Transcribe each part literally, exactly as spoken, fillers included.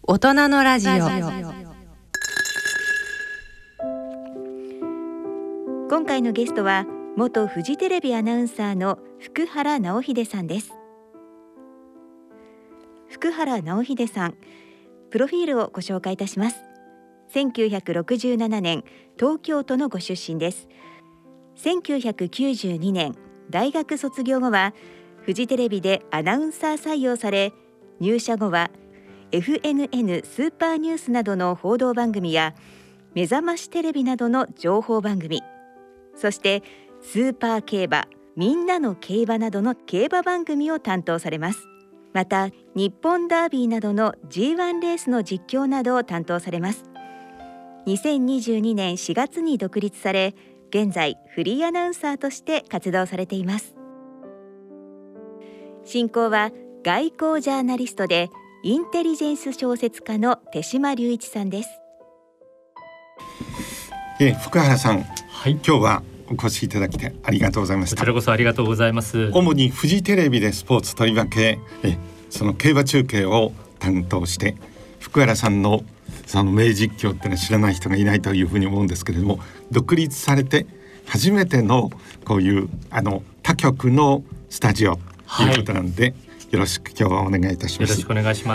大人のラジオ。 今回のゲストは元フジテレビアナウンサーの福原直秀さんです。福原直秀さん、プロフィールをご紹介いたします。せんきゅうひゃくろくじゅうななねん東京都のご出身です。せんきゅうひゃくきゅうじゅうにねん大学卒業後はフジテレビでアナウンサー採用され、入社後は エフエヌエヌ スーパーニュースなどの報道番組や目覚ましテレビなどの情報番組、そしてスーパー競馬、みんなの競馬などの競馬番組を担当されます。また日本ダービーなどの ジーワン レースの実況などを担当されます。にせんにじゅうにねんしがつに独立され、現在フリーアナウンサーとして活動されています。進行は外交ジャーナリストでインテリジェンス小説家の手島隆一さんです。 え福原さん、 はい、 今日はお越しいただきてありがとうございました。 こちらこそありがとうございます。 主にフジテレビでスポーツとりわけえその競馬中継を担当して、福原さんのその名実況ってのは知らない人がいないというふうに思うんですけれども、独立されて初めてのこういうあの他局のスタジオということなんで、はい、よろしく今日はお願いいたします。 よろしくお願いします。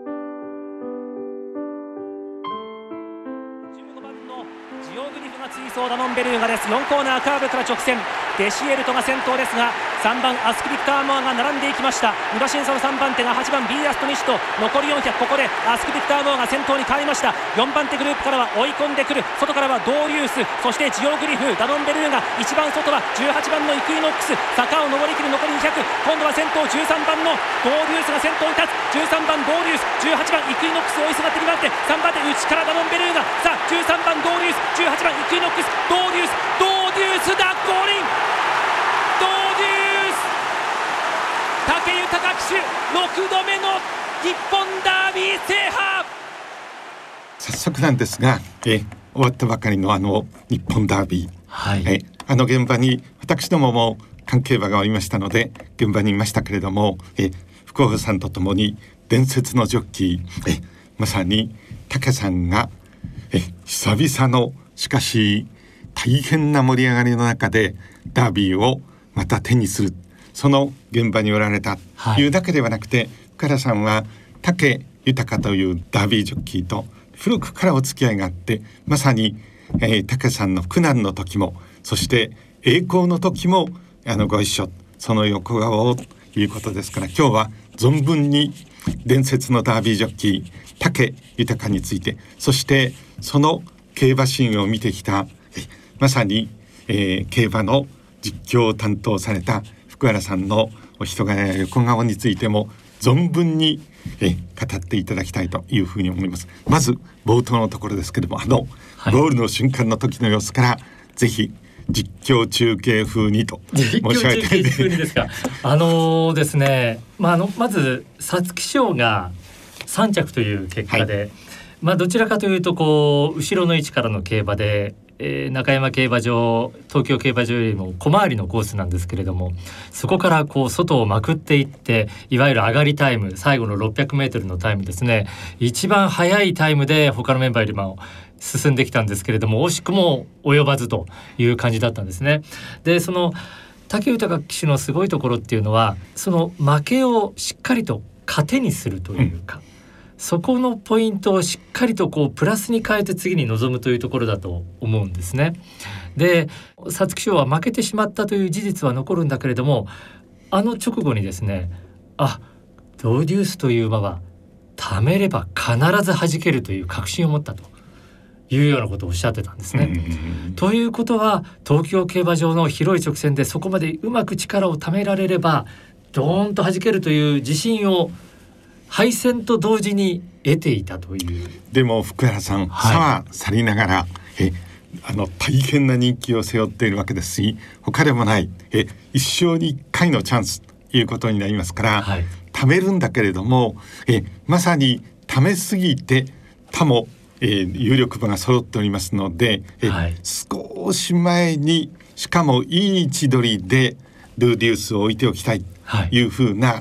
じゅうごばんのジオグリフが追走ダノンベルーガです。よんコーナーカーブから直線、デシエルトが先頭ですが、さんばんアスクビクターモアが並んでいきました。に馬身差のさんばん手がはちばんビーアストニシと残りよんひゃく、ここでアスクビクターモアが先頭に変わりました。よんばん手グループからは追い込んでくる、外からはドーリュース、そしてジオグリフ、ダノンベルーガ、一番外はじゅうはちばんのイクイノックス、坂を上りきる残りにひゃく、今度は先頭じゅうさんばんのドーリュースが先頭に立つ。じゅうさんばんドーリュース、じゅうはちばんイクイノックスを追いすがってにばん手、さんばん手内からダノンベルーガ、さあじゅうさんばんドーリュース、じゅうはちばんイクイノックス、ドーリュース、ドーリュースだ、ゴールイン、ドーリュース、武豊騎手ろくどめの日本ダービー制覇。 早速なんですが、え終わったばかりのあの日本ダービー、はい、えあの現場に私どもも関係馬がおりましたので現場にいましたけれども、え福原さんとともに伝説のジョッキー、えまさに武さんがえ久々のしかし大変な盛り上がりの中でダービーをまた手にする、その現場におられたというだけではなくて、はい、福原さんは武豊というダービージョッキーと古くからお付き合いがあって、まさに、えー、武さんの苦難の時も、そして栄光の時もあのご一緒、その横顔ということですから、今日は存分に伝説のダービージョッキー武豊について、そしてその競馬シーンを見てきたまさに、えー、競馬の実況を担当された福原さんのお人柄や横顔についても存分に、えー、語っていただきたいというふうに思います。まず冒頭のところですけれども、あの、はい、ゴールの瞬間の時の様子からぜひ実況中継風にと申し上げてですか。あのー、ですね、まあ、あのまず皐月賞がさん着という結果で、はい、まあ、どちらかというとこう後ろの位置からの競馬で、えー、中山競馬場、東京競馬場よりも小回りのコースなんですけれども、そこからこう外をまくっていって、いわゆる上がりタイム、最後のろっぴゃくメートルのタイムですね、一番速いタイムで他のメンバーよりも進んできたんですけれども、惜しくも及ばずという感じだったんですね。でその武豊騎手のすごいところっていうのは、その負けをしっかりと糧にするというか、うん、そこのポイントをしっかりとこうプラスに変えて次に臨むというところだと思うんですね。で皐月賞は負けてしまったという事実は残るんだけれども、あの直後にですね、あ、ドーデュースという馬は貯めれば必ず弾けるという確信を持ったというようなことをおっしゃってたんですね。ということは東京競馬場の広い直線でそこまでうまく力を貯められればドーンと弾けるという自信を敗戦と同時に得ていたという。 でも福原さん、はい、差は去りながらえあの大変な人気を背負っているわけですし、他でもないえ一生に一回のチャンスということになりますから、はい、貯めるんだけれどもえまさに貯めすぎて他もえー、有力馬が揃っておりますので、えーはい、少し前にしかもいい位置取りでドゥーデュースを置いておきたいというふうな、はい、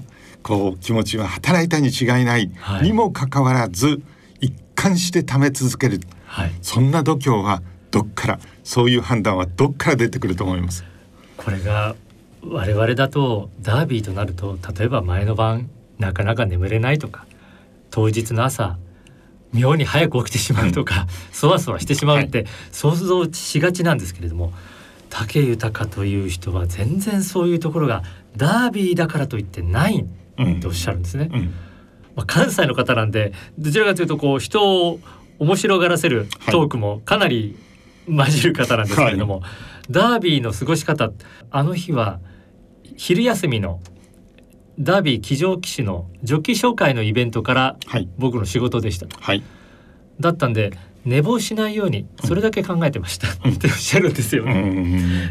こう気持ちは働いたに違いない、はい、にもかかわらず一貫してため続ける、はい、そんな度胸はどっから、そういう判断はどっから出てくると思います。 これが我々だとダービーとなると、例えば前の晩なかなか眠れないとか、当日の朝妙に早く起きてしまうとか、うん、そわそわしてしまうって想像しがちなんですけれども、武豊という人は全然そういうところがダービーだからといってないっておっしゃるんですね、うんうん、まあ、関西の方なんでどちらかというとこう人を面白がらせるトークもかなり混じる方なんですけれども、はい、ダービーの過ごし方、あの日は昼休みのダービー騎乗騎手のジョッキー紹介のイベントから僕の仕事でしたと、はい、だったんで寝坊しないようにそれだけ考えてました、うん、っておっしゃるんですよね、うん、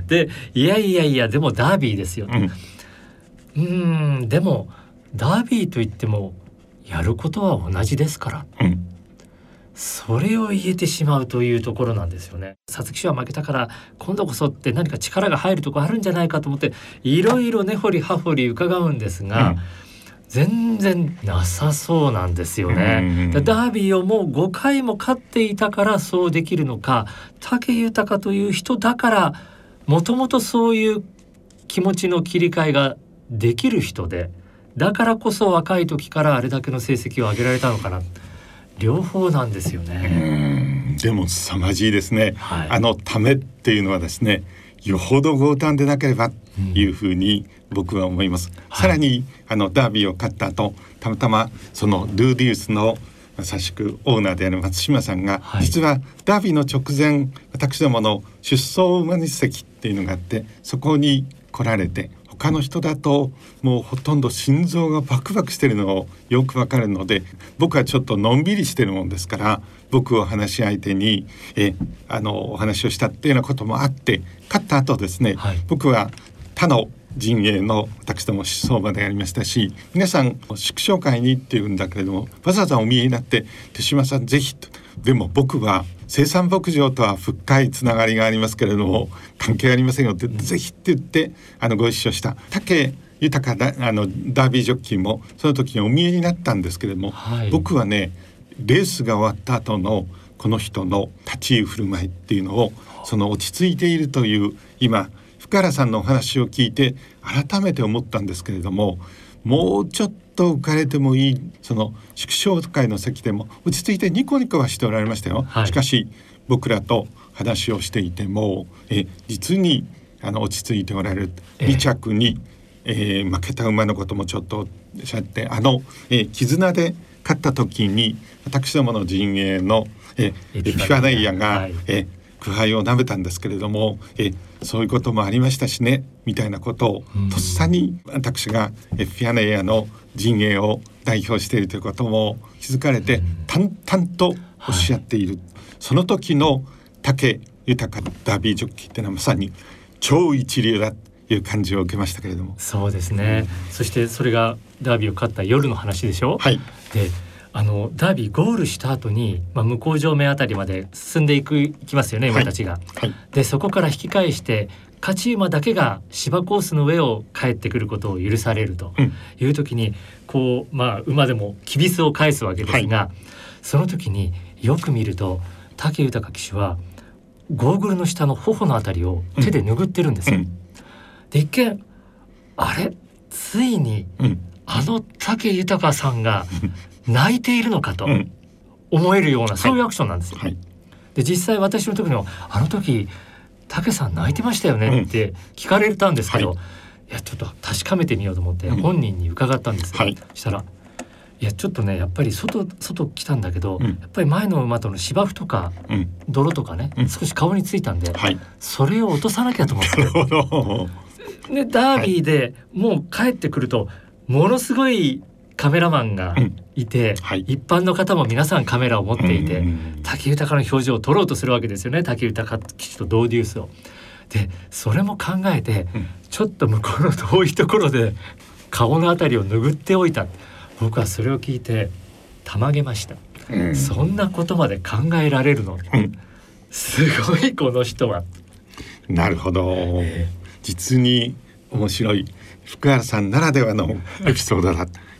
でいやいやいやでもダービーですよ、うん、うーんでもダービーといってもやることは同じですから、うん、それを言えてしまうというところなんですよね。皐月賞は負けたから今度こそって何か力が入るところあるんじゃないかと思っていろいろ根掘り葉掘り伺うんですが、うん、全然なさそうなんですよね。ダービーをもうごかいも勝っていたからそうできるのか、武豊という人だからもともとそういう気持ちの切り替えができる人で、だからこそ若い時からあれだけの成績を上げられたのかな、両方なんですよね。 うん、でも凄まじいですね、はい、あのためっていうのはですね、よほど強胆でなければというふうに僕は思います、うん、さらにあのダービーを勝った後、たまたまそのルーディウスのまさしくオーナーである松島さんが、はい、実はダービーの直前私どもの出走馬日席っていうのがあって、そこに来られて、他の人だともうほとんど心臓がバクバクしてるのをよくわかるので、僕はちょっとのんびりしてるもんですから、僕を話し相手にえあのお話をしたっていうようなこともあって、勝った後ですね、はい、僕は他の陣営の私ども出走馬でありましたし、皆さん祝勝会にっていうんだけれども、わざわざお見えになって手島さんぜひと。でも僕は生産牧場とは深いつながりがありますけれども関係ありませんよって、ぜひって言ってあのご一緒した武豊だあのダービージョッキーもその時にお見えになったんですけれども、はい、僕はねレースが終わった後のこの人の立ち居振る舞いっていうのを、その落ち着いているという、今福原さんのお話を聞いて改めて思ったんですけれども、もうちょっと浮かれてもいい、その祝勝会の席でも落ち着いてニコニコはしておられましたよ、はい、しかし僕らと話をしていてもえ実にあの落ち着いておられる、えー、に着に、えー、負けた馬のこともちょっとおっしゃって、あの、えー、絆で勝った時に私どもの陣営の、えー、エピファネイアが、はい、えー苦杯を舐めたんですけれども、えそういうこともありましたしねみたいなことをとっさに私がエフィアネイアの陣営を代表しているということも気づかれて淡々とおっしゃっている、はい、その時の武豊ダービージョッキーってのはまさに超一流だという感じを受けましたけれども。 そうですね、うん、そしてそれがダービーを勝った夜の話でしょ、はい、であのダービーゴールした後に、まあ、向こう上面あたりまで進んでいくいきますよね、馬たちが、はいはい、でそこから引き返して勝ち馬だけが芝コースの上を帰ってくることを許されるという時に、うん、こう、まあ、馬でもきびすを返すわけですが、はい、その時によく見ると武豊騎手はゴーグルの下の頬のあたりを手で拭ってるんですよ、うん、で一見あれついに、うん、あの武豊さんが泣いているのかと思えるような、そういうアクションなんですよ、はい、で実際私の時にもあの時武さん泣いてましたよねって聞かれたんですけど、うんはい、いやちょっと確かめてみようと思って本人に伺ったんですよ、うんはい、したらいやちょっとねやっぱり外外来たんだけど、うん、やっぱり前の馬との芝生とか、うん、泥とかね、うん、少し顔についたんで、はい、それを落とさなきゃと思ってでダービーでもう帰ってくるとものすごいカメラマンがいて、うんはい、一般の方も皆さんカメラを持っていて、うん、武豊の表情を撮ろうとするわけですよね、武豊騎手とドーデュースを。でそれも考えて、うん、ちょっと向こうの遠いところで顔のあたりを拭っておいた。僕はそれを聞いてたまげました、うん、そんなことまで考えられるの、うん、すごいこの人は。 なるほど、えー、実に面白い福原さんならではのエピソードだ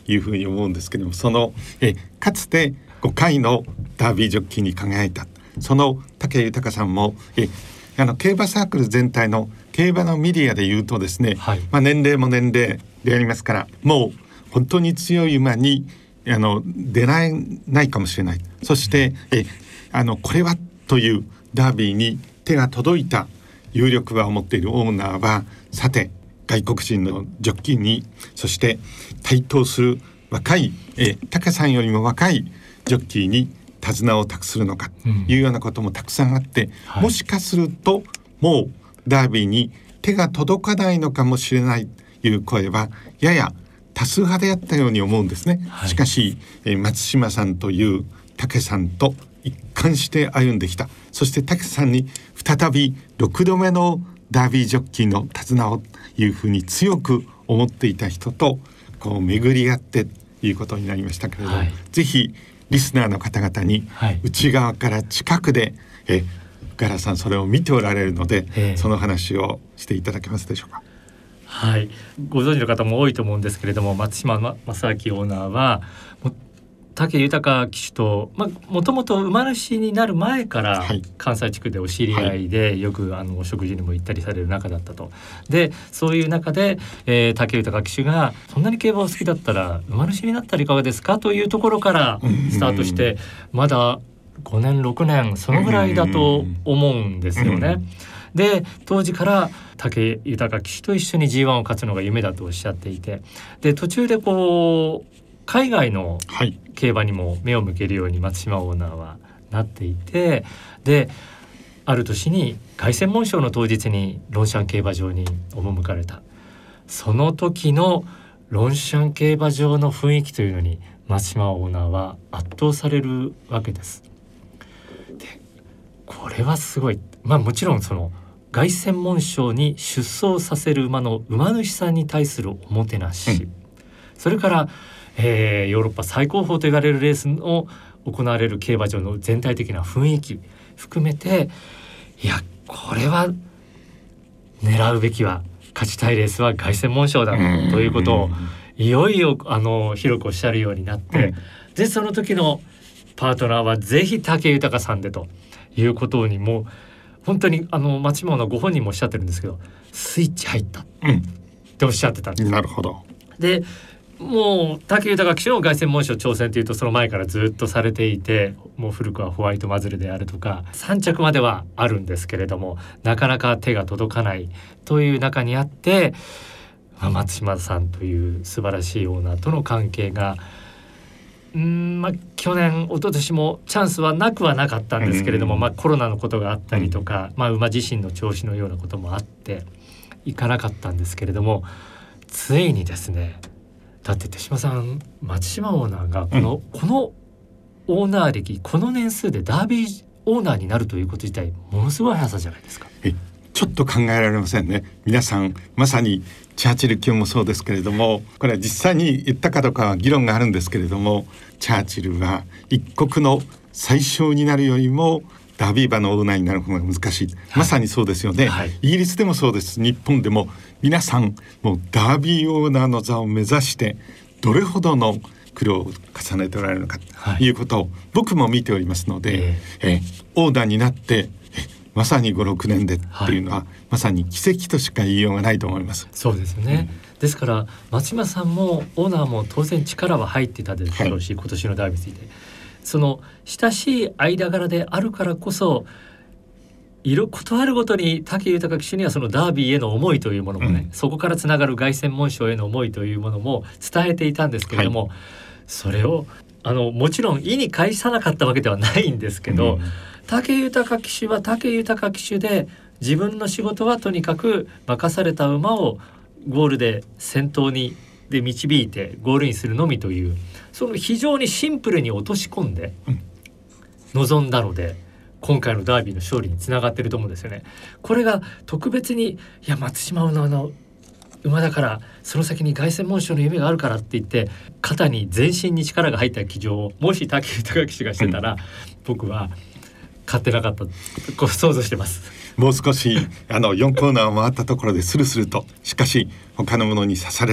いうふうに思うんですけども、そのえかつてごかいのダービージョッキーに輝いたその武豊さんもえあの競馬サークル全体の競馬のメディアでいうとですね、はい、まあ、年齢も年齢でありますから、もう本当に強い馬にあの出られないかもしれない。そしてえあのこれはというダービーに手が届いた有力馬を持っているオーナーは、さて外国人のジョッキーに、そして台頭する若いえ武さんよりも若いジョッキーに手綱を託するのかというようなこともたくさんあって、うん、もしかするともうダービーに手が届かないのかもしれないという声はやや多数派であったように思うんですね、はい、しかし、えー、松島さんという武さんと一貫して歩んできた。そして武さんに再びろくどめのダービージョッキーの手綱をいうふうに強く思っていた人とこう巡り合ってということになりましたけれども、はい、ぜひリスナーの方々に内側から近くで、はい、え福原さんそれを見ておられるので、えー、その話をしていただけますでしょうか。 はい、ご存知の方も多いと思うんですけれども、松島正明オーナーは武豊騎手ともともと馬主になる前から関西地区でお知り合いで、はい、よくあのお食事にも行ったりされる仲だったと。でそういう中で、えー、武豊騎手がそんなに競馬を好きだったら馬主になったらいかがですかというところからスタートして、まだごねんろくねんそのぐらいだと思うんですよね。で当時から武豊騎手と一緒に ジーワン を勝つのが夢だとおっしゃっていて、で途中でこう海外の競馬にも目を向けるように松島オーナーはなっていて、である年に凱旋門賞の当日にロンシャン競馬場に赴かれた。その時のロンシャン競馬場の雰囲気というのに松島オーナーは圧倒されるわけです。でこれはすごい、まあもちろんその凱旋門賞に出走させる馬の馬主さんに対するおもてなし、うん、それからえー、ヨーロッパ最高峰と言われるレースの行われる競馬場の全体的な雰囲気含めて、いやこれは狙うべきは勝ちたいレースは凱旋門賞だということをいよいよあの広くおっしゃるようになって、でその時のパートナーはぜひ武豊さんでということにもう本当にあの松島のご本人もおっしゃってるんですけど、スイッチ入ったっておっしゃってたんです。 なるほど。 でもう武豊騎手の凱旋門賞挑戦というとその前からずっとされていて、もう古くはホワイトマズルであるとかさん着まではあるんですけれども、なかなか手が届かないという中にあって、まあ、松島さんという素晴らしいオーナーとの関係がうーん、まあ、去年一昨年もチャンスはなくはなかったんですけれども、まあ、コロナのことがあったりとか、まあ、馬自身の調子のようなこともあっていかなかったんですけれども、ついにですね、だって手島さん松島オーナーがこの、うん、このオーナー歴この年数でダービーオーナーになるということ自体ものすごい速さじゃないですか。 えちょっと考えられませんね。皆さんまさにチャーチル級もそうですけれども、これは実際に言ったかどうかは議論があるんですけれども、チャーチルは一国の宰相になるよりもダービー馬のオーナーになる方が難しい、はい、まさにそうですよね、はい、イギリスでもそうです。日本でも皆さんもうダービーオーナーの座を目指してどれほどの苦労を重ねておられるのかということを僕も見ておりますので、はい、ええオーナーになってまさにご、ろくねんでっていうのは、はい、まさに奇跡としか言いようがないと思います。 そうですよね、うん、ですから松島さんもオーナーも当然力は入ってたでしょうし、はい、今年のダービーについてその親しい間柄であるからこそ、色ことあるごとに武豊騎手にはそのダービーへの思いというものもね、うん、そこからつながる凱旋門賞への思いというものも伝えていたんですけれども、はい、それをあのもちろん意に介さなかったわけではないんですけど、うん、武豊騎手は武豊騎手で自分の仕事はとにかく任された馬をゴールで先頭にで導いてゴールインするのみという、その非常にシンプルに落とし込んで臨んだので、今回のダービーの勝利につながっていると思うんですよね。これが特別にいや松島のあの馬だからその先に凱旋門賞の夢があるからって言って肩に全身に力が入った騎乗をもし武豊騎手がしてたら、うん、僕は勝ってなかったと想像してます。 もう少しあのよんコーナーを回ったところでスルスルと、しかし他のものに刺される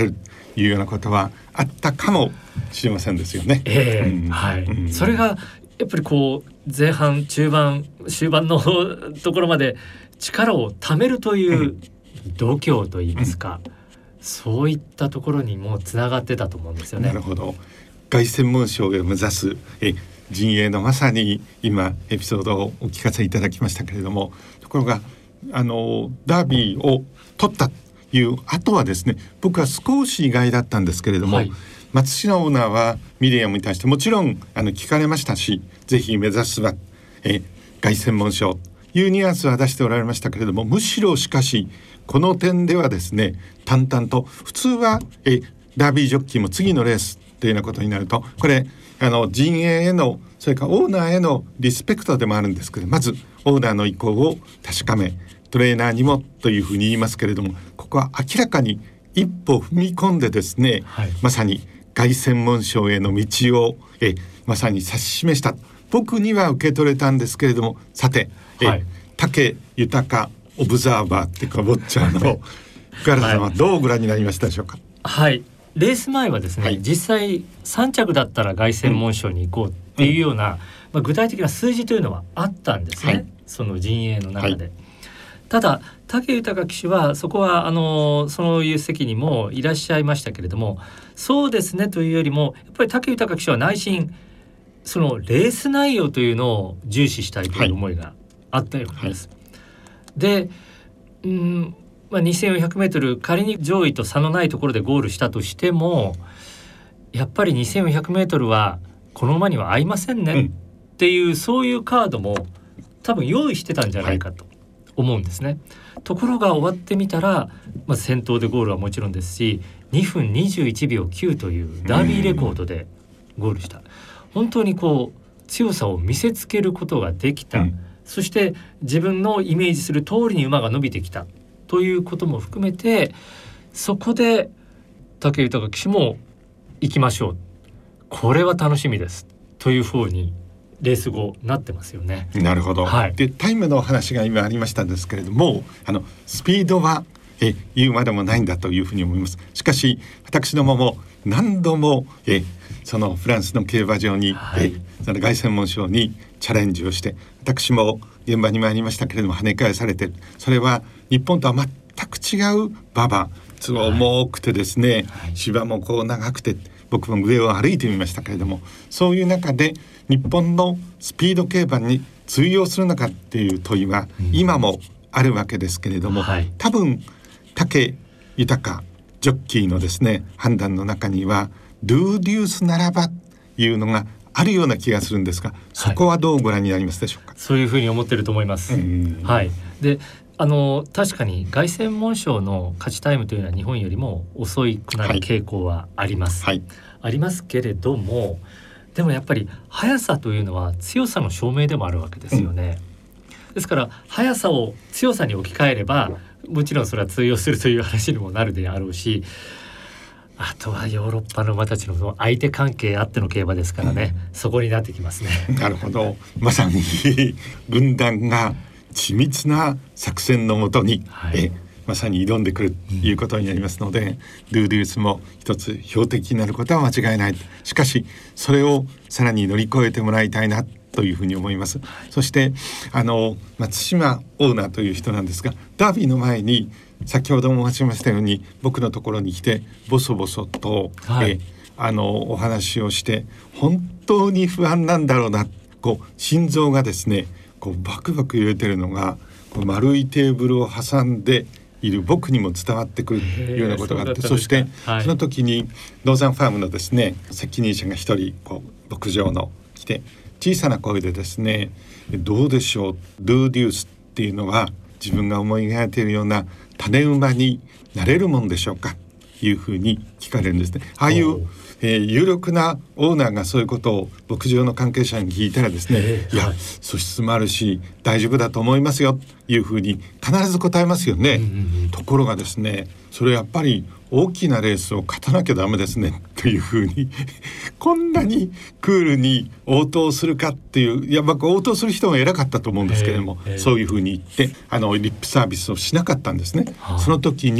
いうようなことはあったかもしれませんですよね。 えーうんはいうん、それがやっぱりこう前半中盤終盤のところまで力を貯めるという度胸といいますか、うん、そういったところにもつながってたと思うんですよね。 なるほど。凱旋門賞を目指すえ陣営のまさに今エピソードをお聞かせいただきましたけれども、ところがあのダービーを取ったという後はですね、僕は少し意外だったんですけれども、はい、松島オーナーはミディアムに対してもちろんあの聞かれましたし、ぜひ目指すはえ凱旋門賞というニュアンスは出しておられましたけれども、むしろしかしこの点ではですね、淡々と普通はえダービージョッキーも次のレースというようなことになると、これあの陣営へのそれからオーナーへのリスペクトでもあるんですけど、まずオーナーの意向を確かめ、トレーナーにもというふうに言いますけれども、ここは明らかに一歩踏み込んでですね、はい、まさに凱旋門賞への道をえまさに指し示した、僕には受け取れたんですけれども、さて、はい、武豊オブザーバーっていうかウォッチャーの福原さんはどうご覧になりましたでしょうか。 はい、レース前はですね、はい、実際さん着だったら凱旋門賞に行こうっていうような、うんまあ、具体的な数字というのはあったんですね、はい、その陣営の中で、はい、ただ武豊騎手はそこはあのそういう席にもいらっしゃいましたけれども、そうですねというよりもやっぱり武豊騎手は内心そのレース内容というのを重視したいという思いがあったようです、はい、でうんまあ、にせんよんひゃくメートル仮に上位と差のないところでゴールしたとしても、やっぱりにせんよんひゃくメートルはこの馬には合いませんねっていう、うん、そういうカードも多分用意してたんじゃないかと思うんですね、はい、ところが終わってみたら、まあ、先頭でゴールはもちろんですしにふんにじゅういちびょうきゅうというダービーレコードでゴールした、うん、本当にこう強さを見せつけることができた、うん、そして自分のイメージする通りに馬が伸びてきたということも含めて、そこで武豊騎手も行きましょう、これは楽しみですというふうにレース後なってますよね。 なるほど、はい、でタイムのお話が今ありましたんですけれども、あのスピードはえ言うまでもないんだというふうに思います。しかし私どもも何度もえそのフランスの競馬場に、はい、えその凱旋門賞にチャレンジをして、私も現場に参りましたけれども跳ね返されて、それは日本とは全く違う馬場、すごい重くてですね、はい、芝もこう長くて、僕も上を歩いてみましたけれども、そういう中で日本のスピード競馬に通用するのかっていう問いは今もあるわけですけれども、うんはい、多分武豊ジョッキーのですね判断の中にはドゥーデュースならばいうのがあるような気がするんですが、そこはどうご覧になりますでしょうか。 はい、そういうふうに思ってると思います。はい、であの確かに凱旋門賞の勝ちタイムというのは日本よりも遅くなる傾向はあります、はいはい、ありますけれども、でもやっぱり速さというのは強さの証明でもあるわけですよね、うん、ですから速さを強さに置き換えればもちろんそれは通用するという話にもなるであろうし、あとはヨーロッパの馬たちの相手関係あっての競馬ですからね、うん、そこになってきますね。 なるほど、まさに軍団が緻密な作戦のもとに、はい、えまさに挑んでくるということになりますので、うん、ドゥーデュースも一つ標的になることは間違いない。しかしそれをさらに乗り越えてもらいたいなというふうに思います、はい、そしてあの松島オーナーという人なんですが、ダービーの前に先ほども申しましたように僕のところに来てボソボソと、はい、えあのお話をして、本当に不安なんだろうな、こう心臓がですねこうバクバク揺れてるのがこう丸いテーブルを挟んでいる僕にも伝わってくるというようなことがあって、そして、はい、その時にノーザンファームのですね責任者が一人こう牧場の来て小さな声でですね、どうでしょう、ドゥーデュースっていうのは自分が思い描いているような種馬になれるもんでしょうかというふうに聞かれるんですね。ああいうえー、有力なオーナーがそういうことを牧場の関係者に聞いたらですね、えー、いや、はい、素質もあるし大丈夫だと思いますよというふうに必ず答えますよね、うんうんうん、ところがですね、それやっぱり大きなレースを勝たなきゃダメですねというふうにこんなにクールに応答するかっていう、いや僕応答する人も偉かったと思うんですけれども、えーえー、そういうふうに言ってあのリップサービスをしなかったんですね。はあ、その時に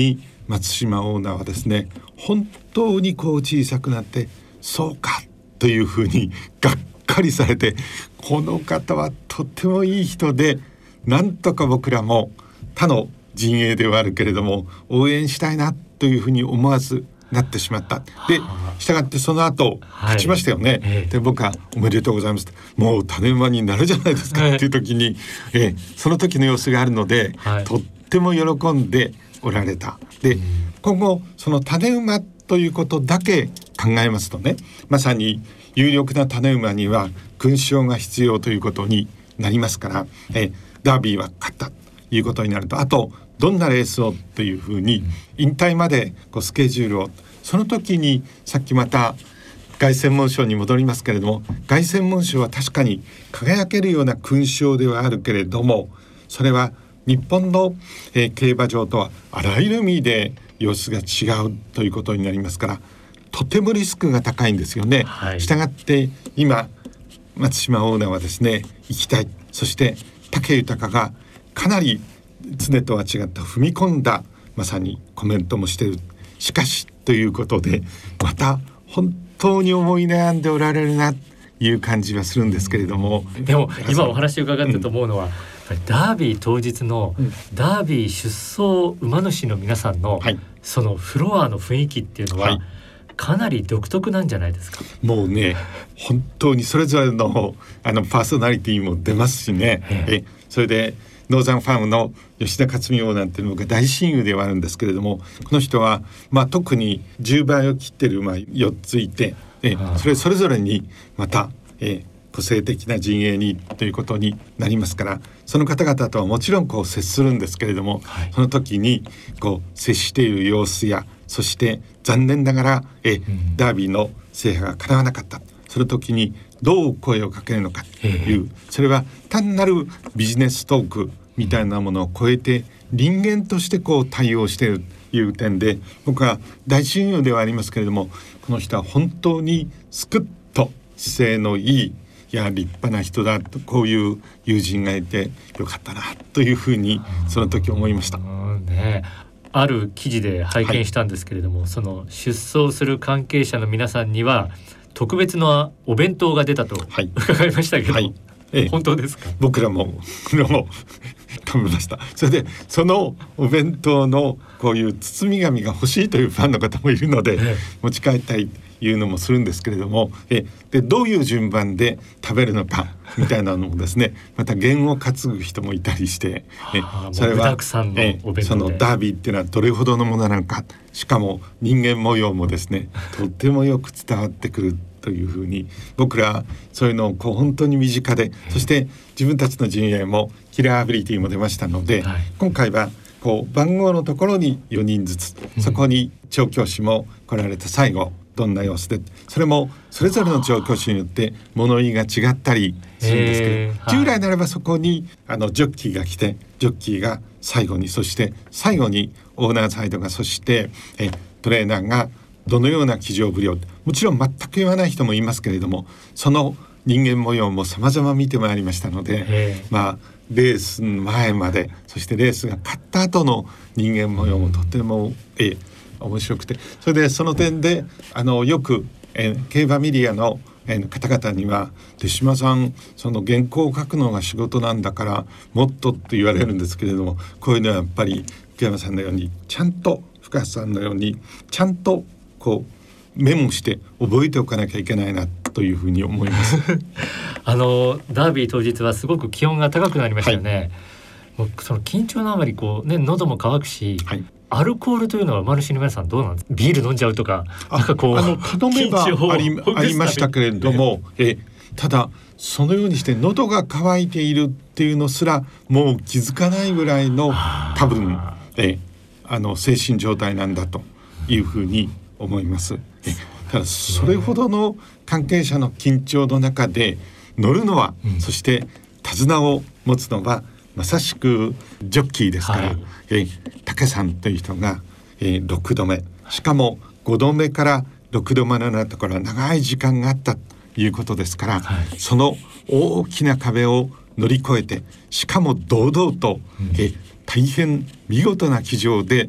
松島オーナーはですね、本当にこう小さくなってそうかというふうにがっかりされて、この方はとってもいい人で、なんとか僕らも他の陣営ではあるけれども応援したいなというふうに思わずなってしまった。で、したがってその後勝ちましたよね、はい、で僕はおめでとうございます、もう種馬になるじゃないですか、はい、っていう時に、えー、その時の様子があるので、はい、とっても喜んでおられた。で、うん、今後その種馬ということだけ考えますとね、まさに有力な種馬には勲章が必要ということになりますから、えー、ダービーは勝ったということになると、あとどんなレースをというふうに引退までこうスケジュールを、その時にさっきまた凱旋門賞に戻りますけれども、凱旋門賞は確かに輝けるような勲章ではあるけれども、それは日本の、えー、競馬場とはあらゆる意味で様子が違うということになりますから、とてもリスクが高いんですよね、はい、したがって今松島オーナーはですね、行きたい、そして武豊がかなり常とは違った踏み込んだまさにコメントもしている。しかしということで、また本当に思い悩んでおられるなという感じはするんですけれども、 でも今お話を伺ってと思うのは、うん、ダービー当日のダービー出走馬主の皆さんの、はい、そのフロアの雰囲気っていうのは、はい、かなり独特なんじゃないですか。 もうね、本当にそれぞれの、あのパーソナリティも出ますしね、えそれでノーザンファームの吉田克美王なんていうのが大親友ではあるんですけれども、この人は、まあ、特にじゅうばいを切ってる馬よっついて、えそれそれぞれにまた、え個性的な陣営にということになりますから、その方々とはもちろんこう接するんですけれども、はい、その時にこう接している様子や、そして残念ながらえ、うん、ダービーの制覇が叶わなかった、その時にどう声をかけるのかという、それは単なるビジネストークみたいなものを超えて人間としてこう対応しているという点で、僕は大親友ではありますけれども、この人は本当にスクッと姿勢のいい、いや立派な人だと、こういう友人がいてよかったなというふうにその時思いました。 うんね、ある記事で拝見したんですけれども、はい、その出走する関係者の皆さんには特別なお弁当が出たと伺いましたけど、はいはい、ええ、本当ですか？ 僕らもの食べました。それでそのお弁当のこういう包み紙が欲しいというファンの方もいるので、ええ、持ち帰ったいというのもするんですけれども、えでどういう順番で食べるのかみたいなのもですね、また験を担ぐ人もいたりして、えそれはえそのダービーっていうのはどれほどのものなのか、しかも人間模様もですね、とってもよく伝わってくるというふうに、僕らそういうのをこう本当に身近で、そして自分たちの陣営もキラーアビリティも出ましたので、はい、今回はこう番号のところによにんずつ、そこに調教師も来られた最後どんな様子で、それもそれぞれの調教師によって物言いが違ったりするんですけど、従来ならばそこにあのジョッキーが来て、ジョッキーが最後に、そして最後にオーナーサイドが、そしてえトレーナーがどのような騎乗ぶりを、もちろん全く言わない人もいますけれども、その人間模様も様々見てまいりましたので、まあレース前まで、そしてレースが勝った後の人間模様もとてもえ面白くて、それでその点であのよくえ競馬メディアのえ方々には、手島さんその原稿を書くのが仕事なんだからもっとって言われるんですけれども、こういうのはやっぱり福山さんのようにちゃんと、深橋さんのようにちゃんとこうメモして覚えておかなきゃいけないなというふうに思いますあのダービー当日はすごく気温が高くなりましたよね、はい、もうその緊張のあまりこう、ね、喉も渇くし、はい、アルコールというのは馬主の皆さんどうなんですか？ビール飲んじゃうとか、なんかこうあの頼めばあ り, ありましたけれども、えただそのようにして喉が渇いているっていうのすらもう気づかないぐらいの多分えあの精神状態なんだというふうに思います。えただそれほどの関係者の緊張の中で乗るのは、うん、そして手綱を持つのはまさしくジョッキーですから、はい、え竹さんという人が、えー、ろくどめ、しかもごどめからろくどめのところは長い時間があったということですから、はい、その大きな壁を乗り越えて、しかも堂々と、うん、え大変見事な騎乗で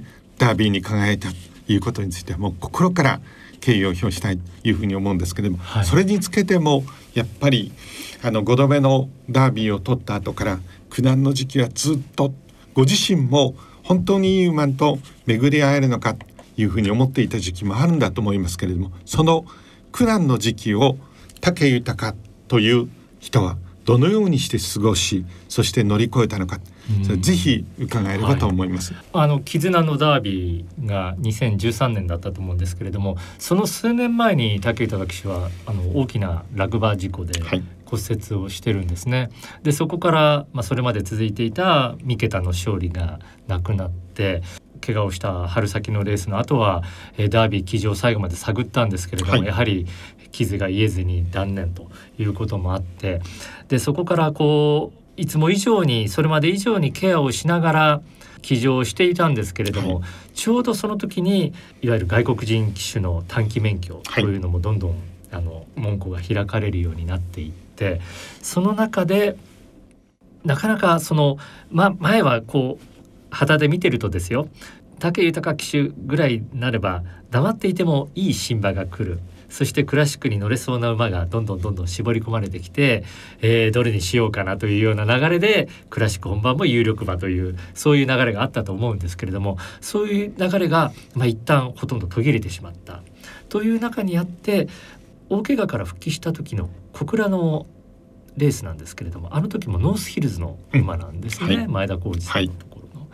ダービーに輝いたということについてはもう心から敬意を表したいというふうに思うんですけれども、はい、それにつけてもやっぱりあのごどめのダービーを取った後から苦難の時期はずっとご自身も本当にいい馬と巡り合えるのかというふうに思っていた時期もあるんだと思いますけれども、その苦難の時期を武豊という人はどのようにして過ごし、そして乗り越えたのか、それぜひ伺えればと思います、はい、 あの絆のダービーがにせんじゅうさんねんだったと思うんですけれども、その数年前に武豊騎手はあの大きな落馬事故で骨折をしてるんですね、はい、でそこから、まあ、それまで続いていた三桁の勝利がなくなって、怪我をした春先のレースの後はえダービー騎乗最後まで探ったんですけれども、はい、やはり傷が癒えずに断念ということもあって、でそこからこういつも以上にそれまで以上にケアをしながら騎乗していたんですけれども、はい、ちょうどその時にいわゆる外国人騎手の短期免許というのもどんどん、はい、あの門戸が開かれるようになっていって、その中でなかなかその、ま、前はこう肌で見てるとですよ、武豊騎手ぐらいになれば黙っていてもいい新馬が来る、そしてクラシックに乗れそうな馬がどんどんどんどん絞り込まれてきて、えー、どれにしようかなというような流れでクラシック本番も有力馬というそういう流れがあったと思うんですけれども、そういう流れが、まあ、一旦ほとんど途切れてしまったという中にあって、大怪我から復帰した時の小倉のレースなんですけれども、あの時もノースヒルズの馬なんですね、うんはい、前田浩二さんのところの、はい、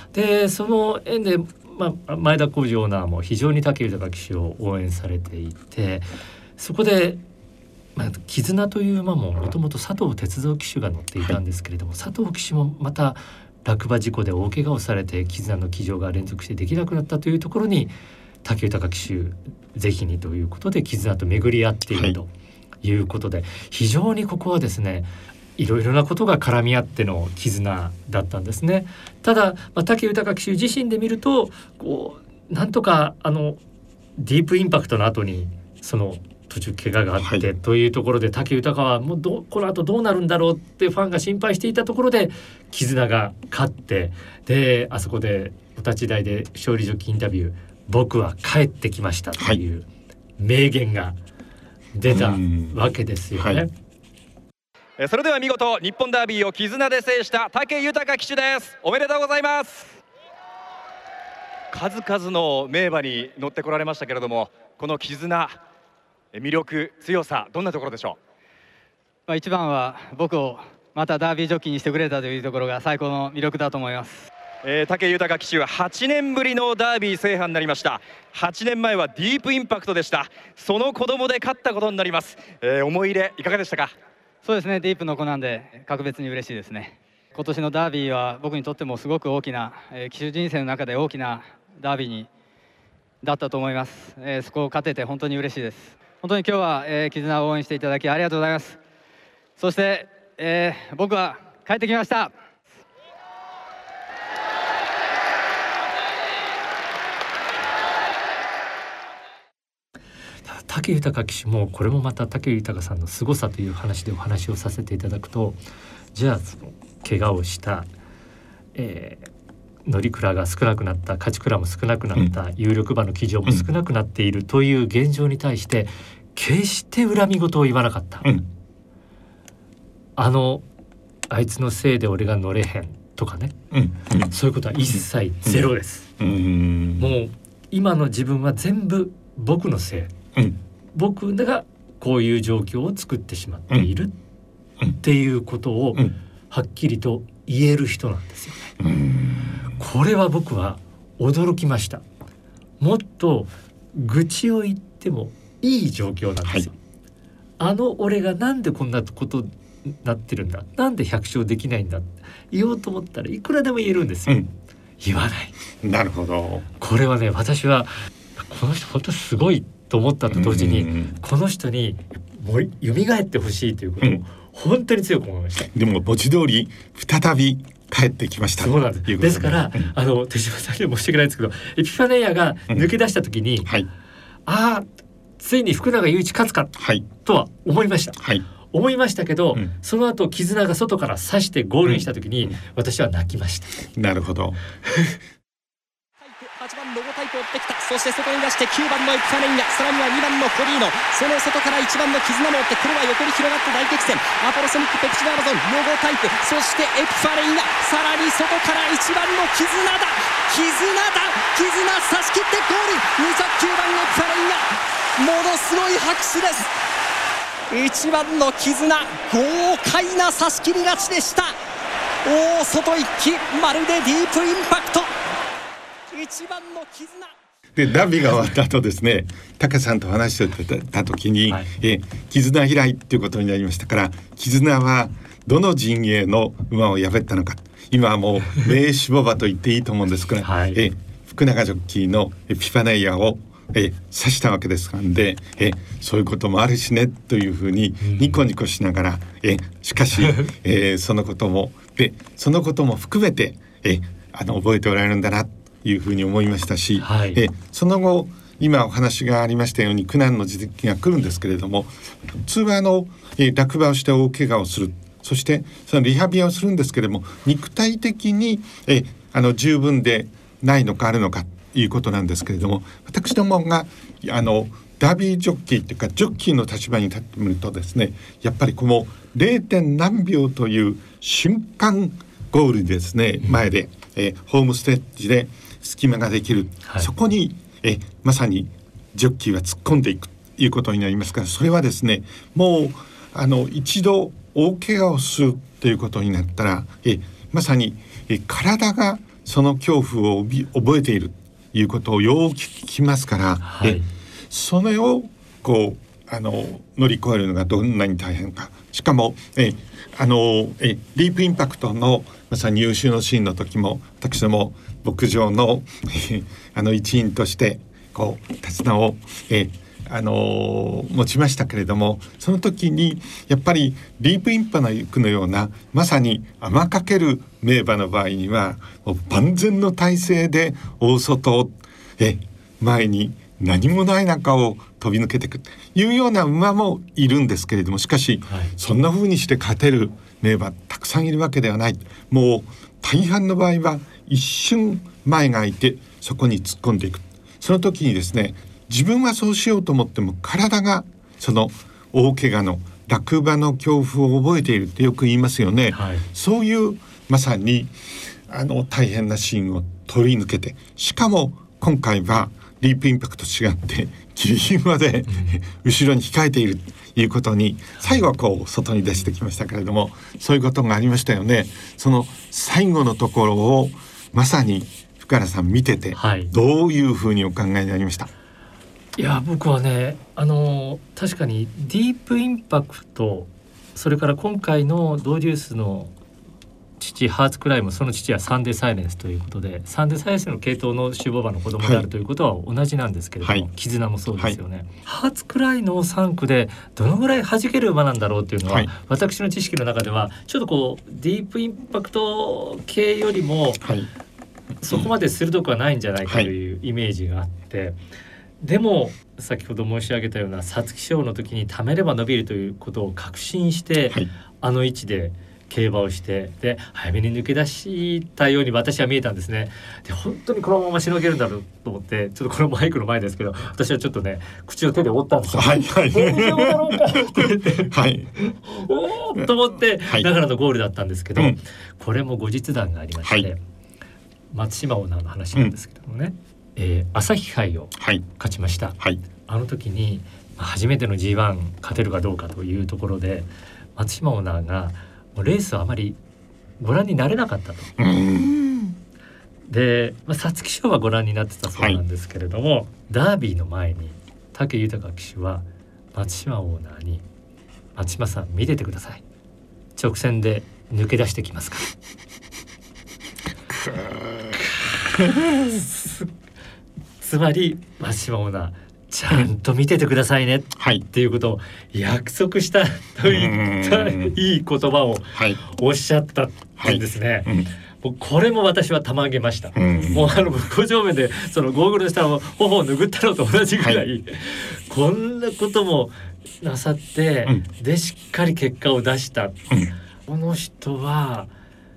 でその縁でまあ、前田浩二オーナーも非常に武豊騎手を応援されていて、そこで、まあ、絆という馬ももともと佐藤鉄三騎手が乗っていたんですけれども、はい、佐藤騎手もまた落馬事故で大怪我をされて絆の騎乗が連続してできなくなったというところに、武豊騎手ぜひにということで絆と巡り合っているということで、はい、非常にここはですねいろいろなことが絡み合っての絆だったんですね。ただ、まあ、武豊騎手自身で見るとこうなんとかあのディープインパクトの後にその途中怪我があって、はい、というところで武豊はもうどこの後どうなるんだろうってファンが心配していたところで絆が勝って、であそこでお立ち台で勝利ジョッキインタビュー、僕は帰ってきましたという名言が出たわけですよね、はい。 それでは見事日本ダービーを絆で制した武豊騎手です。おめでとうございます。数々の名馬に乗ってこられましたけれども、この絆、魅力、強さ、どんなところでしょう。 まあ、一番は僕をまたダービージョッキーにしてくれたというところが最高の魅力だと思います。 えー、武豊騎手ははちねんぶりのダービー制覇になりました。はちねんまえはディープインパクトでした。その子供で勝ったことになります、えー、思い入れいかがでしたか。 そうですね、ディープの子なんで格別に嬉しいですね。今年のダービーは僕にとってもすごく大きな、えー、騎手人生の中で大きなダービーにだったと思います、えー、そこを勝てて本当に嬉しいです。本当に今日は、えー、絆を応援していただきありがとうございます。そして、えー、僕は帰ってきました。 武豊騎手もこれもまた武豊さんの凄さという話でお話をさせていただくと、じゃあその怪我をした、えー、乗鞍が少なくなった、勝ち鞍も少なくなった、うん、有力馬の騎乗も少なくなっているという現状に対して決して恨み事を言わなかった、うん、あのあいつのせいで俺が乗れへんとかね、うんうん、そういうことは一切ゼロです、うん、もう今の自分は全部僕のせい、うん、僕がこういう状況を作ってしまっているっていうことをはっきりと言える人なんですよね、うん、これは僕は驚きました。もっと愚痴を言ってもいい状況なんですよ、はい、あの俺がなんでこんなことになってるんだ、なんで百勝できないんだ言おうと思ったらいくらでも言えるんですよ、うん、言わない。 なるほど。 これはね、私はこの人本当すごいと思ったと同時に、うん、この人にもう蘇ってほしいということを本当に強く思いました、 うん、でも文字通り再び帰ってきました。 そうなんです。ですから、うん、あの手嶋さんには申し訳ないんですけど、エピファネイアが抜け出した時に、うんはい、ああついに福永祐一勝つか、はい、とは思いました、はい、思いましたけど、うん、その後絆が外から刺してゴールインした時に、うん、私は泣きました。 なるほどはちばんロゴタイプを追ってきた。そして外に出してきゅうばんのエクファレインガ、さらにはにばんのコリーノ、その外からいちばんの絆も追って、これは横に広がって大激戦。アポロソニック、ペプチドアマゾン、ロゴタイプ、そしてエクファレインガ、さらに外からいちばんの絆だ絆だ絆差し切ってゴール。にじゅうきゅうばんエクファレインガ、ものすごい拍手です。いちばんの絆、豪快な差し切り勝ちでした。大外一気、まるでディープインパクト。いちばんの絆でダービーが終わった後ですね、タカさんと話してた時に、はい、え絆以来っていうことになりましたから、絆はどの陣営の馬を破ったのか、今はもう名手馬場と言っていいと思うんですから、はい、え福永ジョッキーのエピファネイアをえ指したわけですからで、えそういうこともあるしねというふうにニコニコしながら、えしかし、えー、そのこともでそのことも含めてえあの覚えておられるんだなというふうに思いましたし、はい、えその後今お話がありましたように苦難の時期が来るんですけれども、普通はあの、え落馬をして大怪我をする、そしてそのリハビリをするんですけれども、肉体的にえあの十分でないのかあるのかということなんですけれども、私どもがあのダービージョッキーというかジョッキーの立場に立ってみるとですね、やっぱりこの ゼロ. 何秒という瞬間ゴールですね、前で、えー、ホームステージで隙間ができる、はい、そこにえまさにジョッキーは突っ込んでいくということになりますから、それはですね、もうあの一度大怪我をするということになったら、えまさにえ体がその恐怖を覚えているということをよく聞きますから、はい、えそれをこうあの乗り越えるのがどんなに大変か。しかもえあのえディープインパクトのまさに優秀のシーンの時も、私ども牧場のあの一員としてこう手綱をえあの持ちましたけれども、その時にやっぱりディープインパクのようなまさに天かける名馬の場合にはもう万全の体制で大外をえ前に何もない中を飛び抜けていくというような馬もいるんですけれども、しかし、はい、そんな風にして勝てる名馬たくさんいるわけではない。もう大半の場合は一瞬前が空いてそこに突っ込んでいく。その時にですね、自分はそうしようと思っても体がその大怪我の落馬の恐怖を覚えているってよく言いますよね、はい、そういうまさにあの大変なシーンを取り抜けて、しかも今回はディープインパクトと違ってギリギリまで後ろに控えているということに、最後はこう外に出してきましたけれども、そういうことがありましたよね。その最後のところをまさに福原さん見てて、はい、どういうふうにお考えになりました？ いや僕はね、あの確かにディープインパクト、それから今回のドウデュースの父ハーツクライもその父はサンデーサイレンスということで、サンデーサイレンスの系統の種牡馬の子供であるということは同じなんですけれども、はい、絆もそうですよね、はい、ハーツクライのさん区でどのぐらい弾ける馬なんだろうっていうのは、はい、私の知識の中ではちょっとこうディープインパクト系よりも、はい、そこまで鋭くはないんじゃないかというイメージがあって、はい、でも先ほど申し上げたような皐月賞の時に貯めれば伸びるということを確信して、はい、あの位置で競馬をして、で早めに抜け出したように私は見えたんですね。で本当にこのまましのげるんだろうと思って、ちょっとこのマイクの前ですけど、私はちょっとね口を手で折ったんですよ。はいはい、大丈夫だろうかって言って、はい、おーっと思って、はい、だからのゴールだったんですけど、うん、これも後日談がありまして、はい、松島オーナーの話なんですけどもね、うん、えー、朝日杯を勝ちました、はいはい、あの時に初めての ジーワン 勝てるかどうかというところで松島オーナーがレースをあまりご覧になれなかったと。で皐月賞はご覧になってたそうなんですけれども、はい、ダービーの前に武豊騎手は松島オーナーに松島さん見ててください、直線で抜け出してきますからつまり松島オーナーちゃんと見ててくださいねっていうことを約束したといったいい言葉をおっしゃったんですね、はいはい、うん、これも私はたまげました、うん、もうあの向正面でそのゴーグルの下の頬を拭ったのと同じぐらい、はい、こんなこともなさって、うん、でしっかり結果を出した、うん、この人は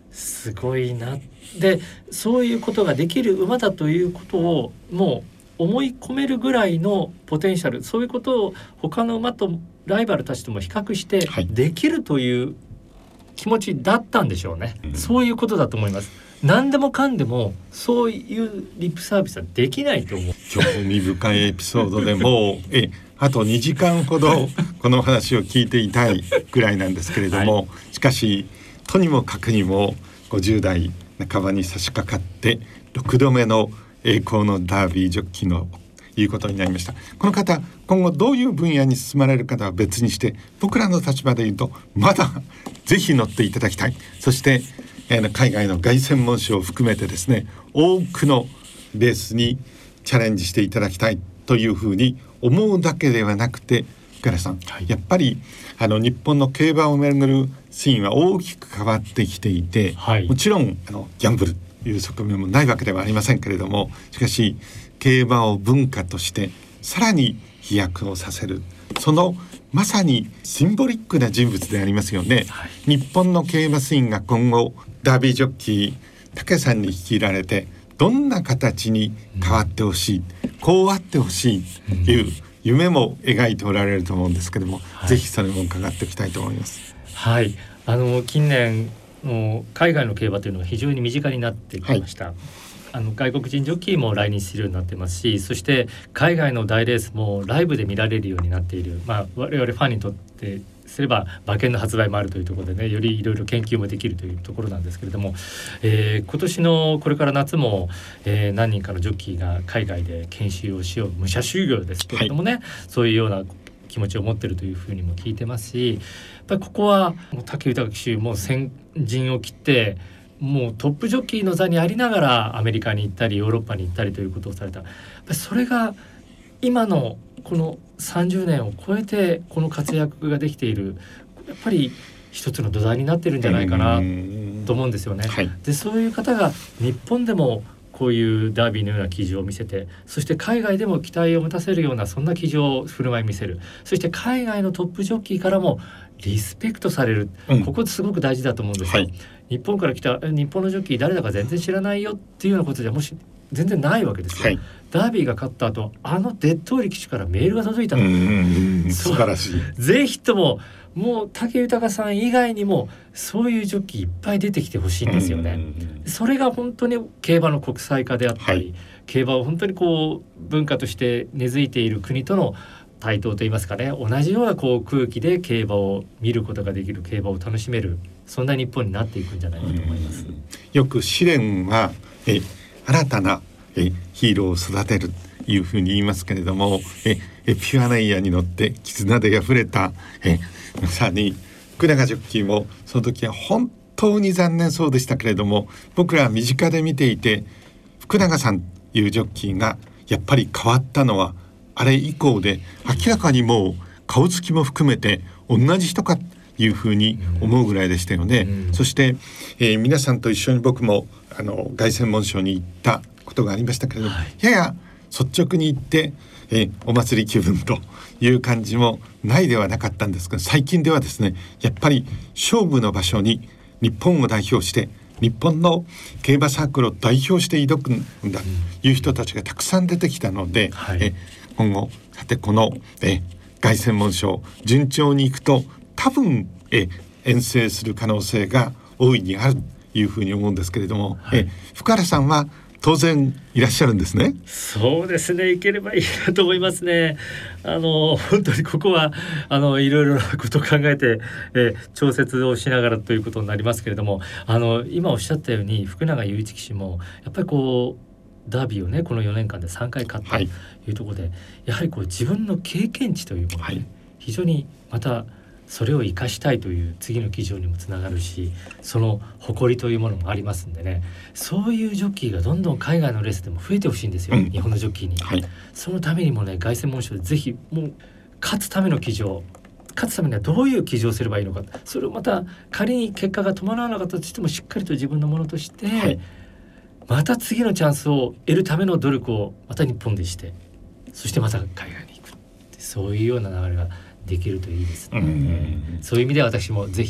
すごいな。でそういうことができる馬だということをもう思い込めるぐらいのポテンシャル、そういうことを他の馬とライバルたちとも比較してできるという気持ちだったんでしょうね、うん、そういうことだと思います。何でもかんでもそういうリップサービスはできないと思う。 興味深いエピソードでもうえあとにじかんほどこの話を聞いていたいぐらいなんですけれども、はい、しかしとにもかくにもごじゅう代半ばに差し掛かってろくどめの栄光のダービージョッキーのいうことになりました。この方今後どういう分野に進まれるかは別にして、僕らの立場で言うとまだぜひ乗っていただきたい。そして海外の凱旋門賞を含めてですね、多くのレースにチャレンジしていただきたいというふうに思うだけではなくて、福原さん、はい、やっぱりあの日本の競馬をめぐるシーンは大きく変わってきていて、はい、もちろんあのギャンブルという側面もないわけではありませんけれども、しかし競馬を文化としてさらに飛躍をさせる、そのまさにシンボリックな人物でありますよね、はい、日本の競馬シーンが今後ダービージョッキー武さんに率いられてどんな形に変わってほしい、うん、こうあってほしいという夢も描いておられると思うんですけども、はい、ぜひそれも伺っておきたいと思います。 はい、あの近年の海外の競馬というのが非常に身近になってきました、はい、あの外国人ジョッキーも来日するようになってますし、そして海外の大レースもライブで見られるようになっている、まあ、我々ファンにとってすれば馬券の発売もあるというところでね、よりいろいろ研究もできるというところなんですけれども、えー、今年のこれから夏も、えー、何人かのジョッキーが海外で研修をしよう、武者修行ですけれどもね、はい、そういうような気持ちを持っているというふうにも聞いてますし、やっぱりここはもう武豊騎手もう先陣を切ってもうトップジョッキーの座にありながらアメリカに行ったりヨーロッパに行ったりということをされた。やっぱりそれが今のこのさんじゅうねんを超えてこの活躍ができている、やっぱり一つの土台になってるんじゃないかなと思うんですよね、はい、でそういう方が日本でもこういうダービーのような騎乗を見せて、そして海外でも期待を持たせるようなそんな騎乗を振る舞い見せる、そして海外のトップジョッキーからもリスペクトされる、うん、ここすごく大事だと思うんですよ、はい、日本から来た日本のジョッキー誰だか全然知らないよっていうようなことじゃもし全然ないわけですよ、はい、ダービーが勝った後あのデッドウリ騎手からメールが届いたの、うんうんうん、素晴らしい。ぜひとももう武豊さん以外にもそういうジョッキーいっぱい出てきてほしいんですよね、うんうんうん、それが本当に競馬の国際化であったり、はい、競馬を本当にこう文化として根付いている国との対等といいますかね、同じようなこう空気で競馬を見ることができる、競馬を楽しめる、そんな日本になっていくんじゃないかと思います。 よく試練はえ新たなえヒーローを育てるというふうに言いますけれども、ええピュアネイヤに乗って絆で溢れたえまさに福永ジョッキーもその時は本当に残念そうでしたけれども、僕らは身近で見ていて福永さんというジョッキーがやっぱり変わったのはあれ以降で、明らかにもう顔つきも含めて同じ人かというふうに思うぐらいでしたよね、うんうん、そして、えー、皆さんと一緒に僕もあの凱旋門賞に行ったことがありましたけれども、はい、やや率直に言って、えー、お祭り気分という感じもないではなかったんですが、最近ではですねやっぱり勝負の場所に日本を代表して日本の競馬サークルを代表して挑くんだという人たちがたくさん出てきたので、はい、え今後さてこのえ凱旋門賞順調にいくと多分え遠征する可能性が大いにあるというふうに思うんですけれども、はい、え福原さんは当然いらっしゃるんですね。 そうですね、いければいいなと思いますね。あの本当にここはあのいろいろなことを考えて、え調節をしながらということになりますけれども、あの今おっしゃったように福永祐一騎手もやっぱりこうダービーをねこのよねんかんでさんかい勝ったというところで、はい、やはりこう自分の経験値というもので、はい、非常にまたそれを生かしたいという次の騎乗にもつながるし、その誇りというものもありますんでね、そういうジョッキーがどんどん海外のレースでも増えてほしいんですよ、うん、日本のジョッキーに、はい、そのためにもね凱旋門賞でぜひもう勝つための騎乗、勝つためにはどういう騎乗をすればいいのか、それをまた仮に結果が伴わなかったとしてもしっかりと自分のものとして、はい、また次のチャンスを得るための努力をまた日本でして、そしてまた海外に行く、そういうような流れができるといいですね、うん、そういう意味では私もぜひ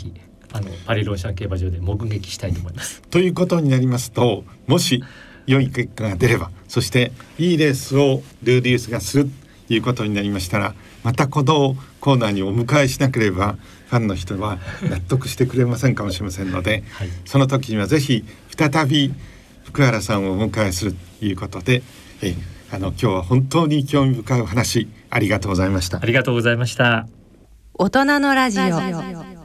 あのパリロンシャン競馬場で目撃したいと思います。 ということになりますと、もし良い結果が出れば、そしていいレースをルーディウスがするということになりましたら、またこのコーナーにお迎えしなければファンの人は納得してくれませんかもしれませんので、はい、その時にはぜひ再び福原さんをお迎えするということで、えあの今日は本当に興味深いお話ありがとうございました。 ありがとうございました。 大人のラジオ。